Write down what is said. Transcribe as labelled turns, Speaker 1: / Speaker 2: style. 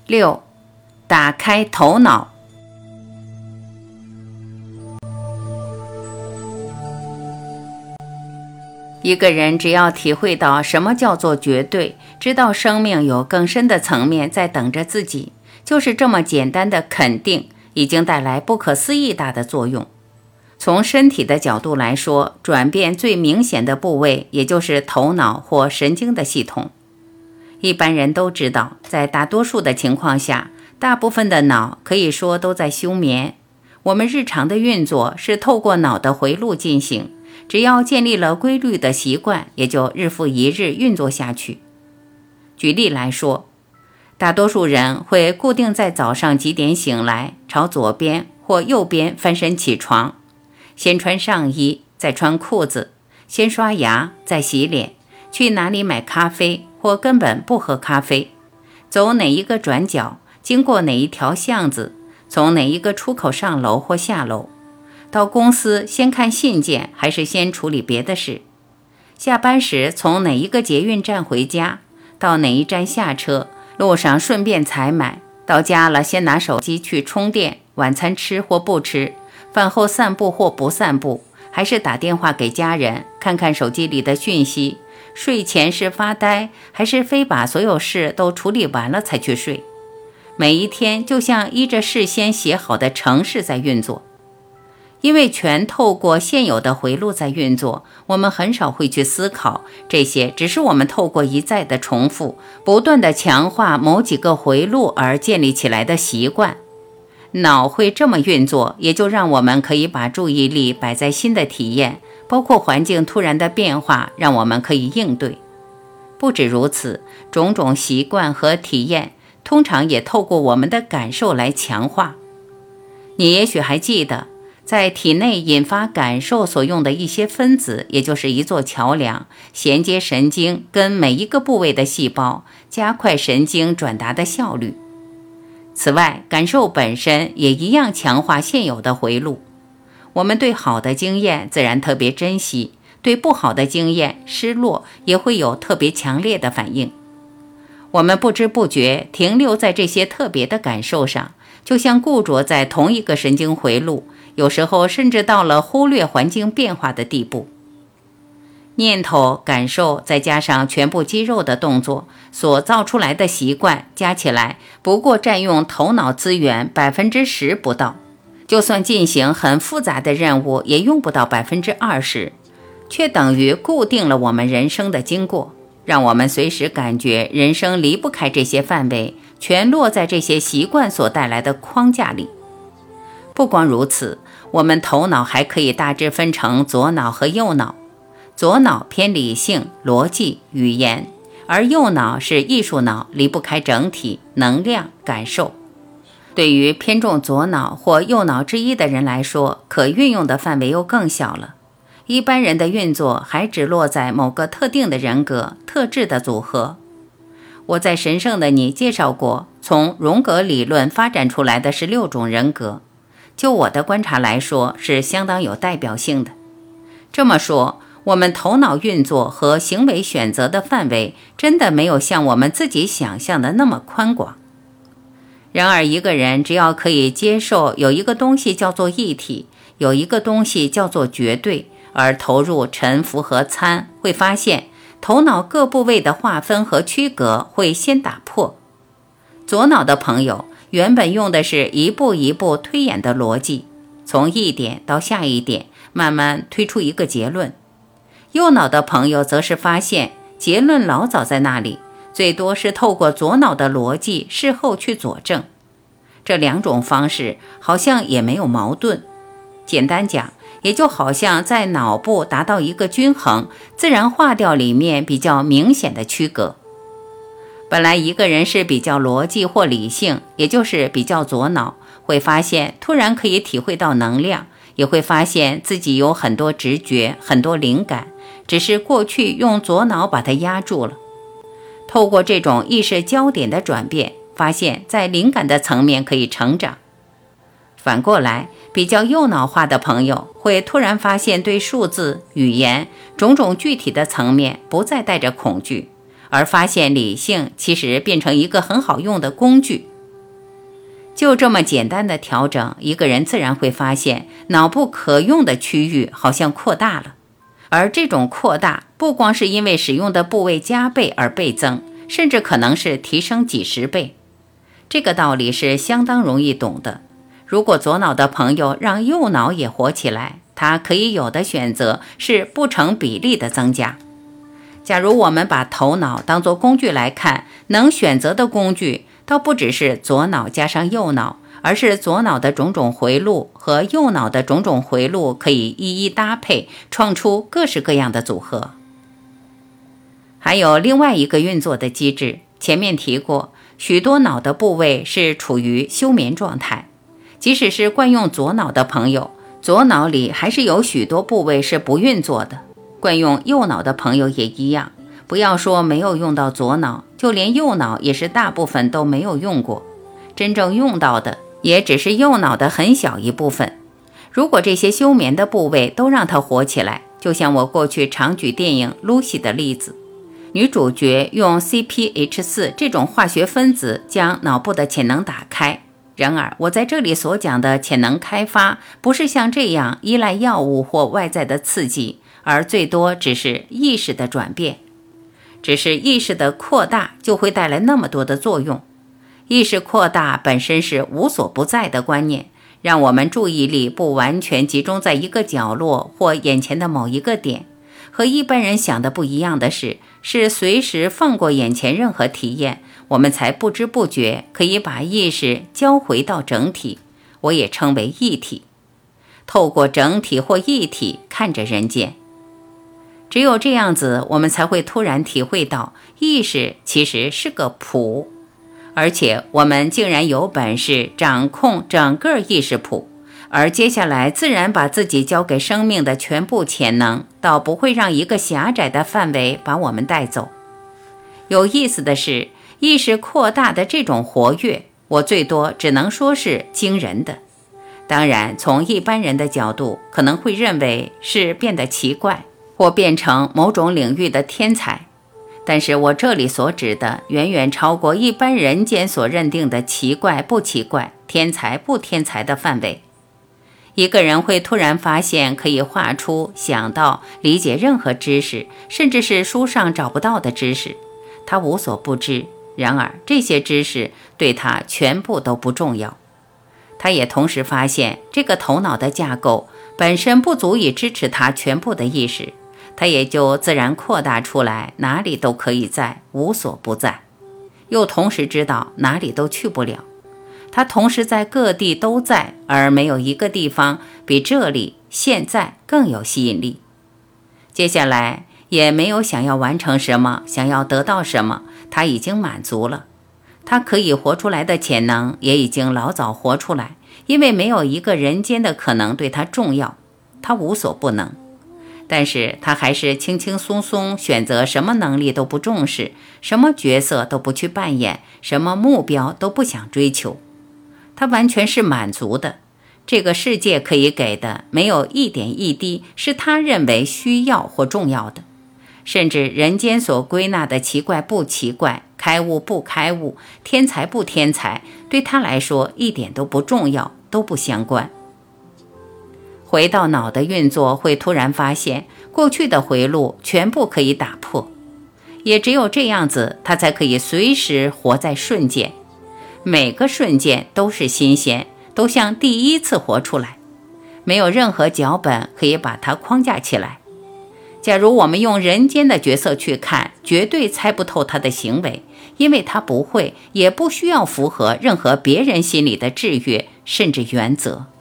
Speaker 1: 6. 打开头脑。一个人只要体会到什么叫做绝对，知道生命有更深的层面在等着自己，就是这么简单的肯定，已经带来不可思议大的作用。从身体的角度来说，转变最明显的部位也就是头脑或神经的系统。一般人都知道，在大多数的情况下，大部分的脑可以说都在休眠。我们日常的运作是透过脑的回路进行，只要建立了规律的习惯，也就日复一日运作下去。举例来说，大多数人会固定在早上几点醒来，朝左边或右边翻身起床，先穿上衣，再穿裤子，先刷牙，再洗脸，去哪里买咖啡或根本不喝咖啡，走哪一个转角，经过哪一条巷子，从哪一个出口上楼或下楼，到公司先看信件还是先处理别的事，下班时从哪一个捷运站回家，到哪一站下车，路上顺便采买，到家了先拿手机去充电，晚餐吃或不吃，饭后散步或不散步，还是打电话给家人，看看手机里的讯息，睡前是发呆，还是非把所有事都处理完了才去睡。每一天就像依着事先写好的程式在运作。因为全透过现有的回路在运作，我们很少会去思考，这些只是我们透过一再的重复，不断的强化某几个回路而建立起来的习惯。脑会这么运作，也就让我们可以把注意力摆在新的体验，包括环境突然的变化，让我们可以应对。不止如此，种种习惯和体验通常也透过我们的感受来强化。你也许还记得，在体内引发感受所用的一些分子，也就是一座桥梁，衔接神经跟每一个部位的细胞，加快神经转达的效率。此外，感受本身也一样强化现有的回路。我们对好的经验自然特别珍惜，对不好的经验失落也会有特别强烈的反应。我们不知不觉停留在这些特别的感受上，就像固着在同一个神经回路，有时候甚至到了忽略环境变化的地步。念头、感受再加上全部肌肉的动作所造出来的习惯，加起来不过占用头脑资源 10% 不到，就算进行很复杂的任务也用不到 20%， 却等于固定了我们人生的经过，让我们随时感觉人生离不开这些范围，全落在这些习惯所带来的框架里。不光如此，我们头脑还可以大致分成左脑和右脑。左脑偏理性、逻辑、语言，而右脑是艺术脑，离不开整体、能量、感受。对于偏重左脑或右脑之一的人来说，可运用的范围又更小了。一般人的运作还只落在某个特定的人格、特质的组合。我在神圣的你介绍过，从荣格理论发展出来的16种人格，就我的观察来说，是相当有代表性的。这么说，我们头脑运作和行为选择的范围真的没有像我们自己想象的那么宽广。然而一个人只要可以接受有一个东西叫做一体，有一个东西叫做绝对，而投入臣服和参，会发现头脑各部位的划分和区隔会先打破。左脑的朋友原本用的是一步一步推演的逻辑，从一点到下一点，慢慢推出一个结论。右脑的朋友则是发现结论老早在那里，最多是透过左脑的逻辑事后去佐证。这两种方式好像也没有矛盾。简单讲，也就好像在脑部达到一个均衡，自然划掉里面比较明显的区隔。本来一个人是比较逻辑或理性，也就是比较左脑，会发现突然可以体会到能量，也会发现自己有很多直觉、很多灵感，只是过去用左脑把它压住了。透过这种意识焦点的转变，发现在灵感的层面可以成长。反过来，比较右脑化的朋友会突然发现对数字、语言种种具体的层面不再带着恐惧，而发现理性其实变成一个很好用的工具。 就这么简单的调整，一个人自然会发现脑部可用的区域好像扩大了。而这种扩大不光是因为使用的部位加倍而倍增，甚至可能是提升几十倍。这个道理是相当容易懂的。如果左脑的朋友让右脑也活起来，他可以有的选择是不成比例的增加。假如我们把头脑当作工具来看，能选择的工具倒不只是左脑加上右脑，而是左脑的种种回路和右脑的种种回路可以一一搭配，创出各式各样的组合。还有另外一个运作的机制，前面提过，许多脑的部位是处于休眠状态。即使是惯用左脑的朋友，左脑里还是有许多部位是不运作的。惯用右脑的朋友也一样，不要说没有用到左脑，就连右脑也是大部分都没有用过。真正用到的也只是右脑的很小一部分。如果这些休眠的部位都让它活起来，就像我过去常举电影《Lucy》的例子，女主角用 CPH4 这种化学分子将脑部的潜能打开。然而我在这里所讲的潜能开发，不是像这样依赖药物或外在的刺激，而最多只是意识的转变。只是意识的扩大就会带来那么多的作用。意识扩大本身是无所不在的观念，让我们注意力不完全集中在一个角落或眼前的某一个点。和一般人想的不一样的是随时放过眼前任何体验，我们才不知不觉可以把意识交回到整体，我也称为一体。透过整体或一体看着人间。只有这样子，我们才会突然体会到意识其实是个谱，而且我们竟然有本事掌控整个意识谱，而接下来自然把自己交给生命的全部潜能，倒不会让一个狭窄的范围把我们带走。有意思的是，意识扩大的这种活跃，我最多只能说是惊人的。当然，从一般人的角度，可能会认为是变得奇怪，或变成某种领域的天才。但是我这里所指的，远远超过一般人间所认定的奇怪不奇怪、天才不天才的范围。一个人会突然发现可以画出、想到、理解任何知识，甚至是书上找不到的知识，他无所不知。然而这些知识对他全部都不重要。他也同时发现，这个头脑的架构本身不足以支持他全部的意识，他也就自然扩大出来，哪里都可以在，无所不在。又同时知道哪里都去不了。他同时在各地都在，而没有一个地方比这里现在更有吸引力。接下来也没有想要完成什么，想要得到什么，他已经满足了。他可以活出来的潜能也已经老早活出来，因为没有一个人间的可能对他重要，他无所不能。但是他还是轻轻松松选择什么能力都不重视，什么角色都不去扮演，什么目标都不想追求。他完全是满足的，这个世界可以给的没有一点一滴是他认为需要或重要的，甚至人间所归纳的奇怪不奇怪、开悟不开悟、天才不天才，对他来说一点都不重要，都不相关。回到脑的运作，会突然发现过去的回路全部可以打破，也只有这样子，他才可以随时活在瞬间。每个瞬间都是新鲜，都像第一次活出来，没有任何脚本可以把它框架起来。假如我们用人间的角色去看，绝对猜不透他的行为，因为他不会，也不需要符合任何别人心里的制约，甚至原则。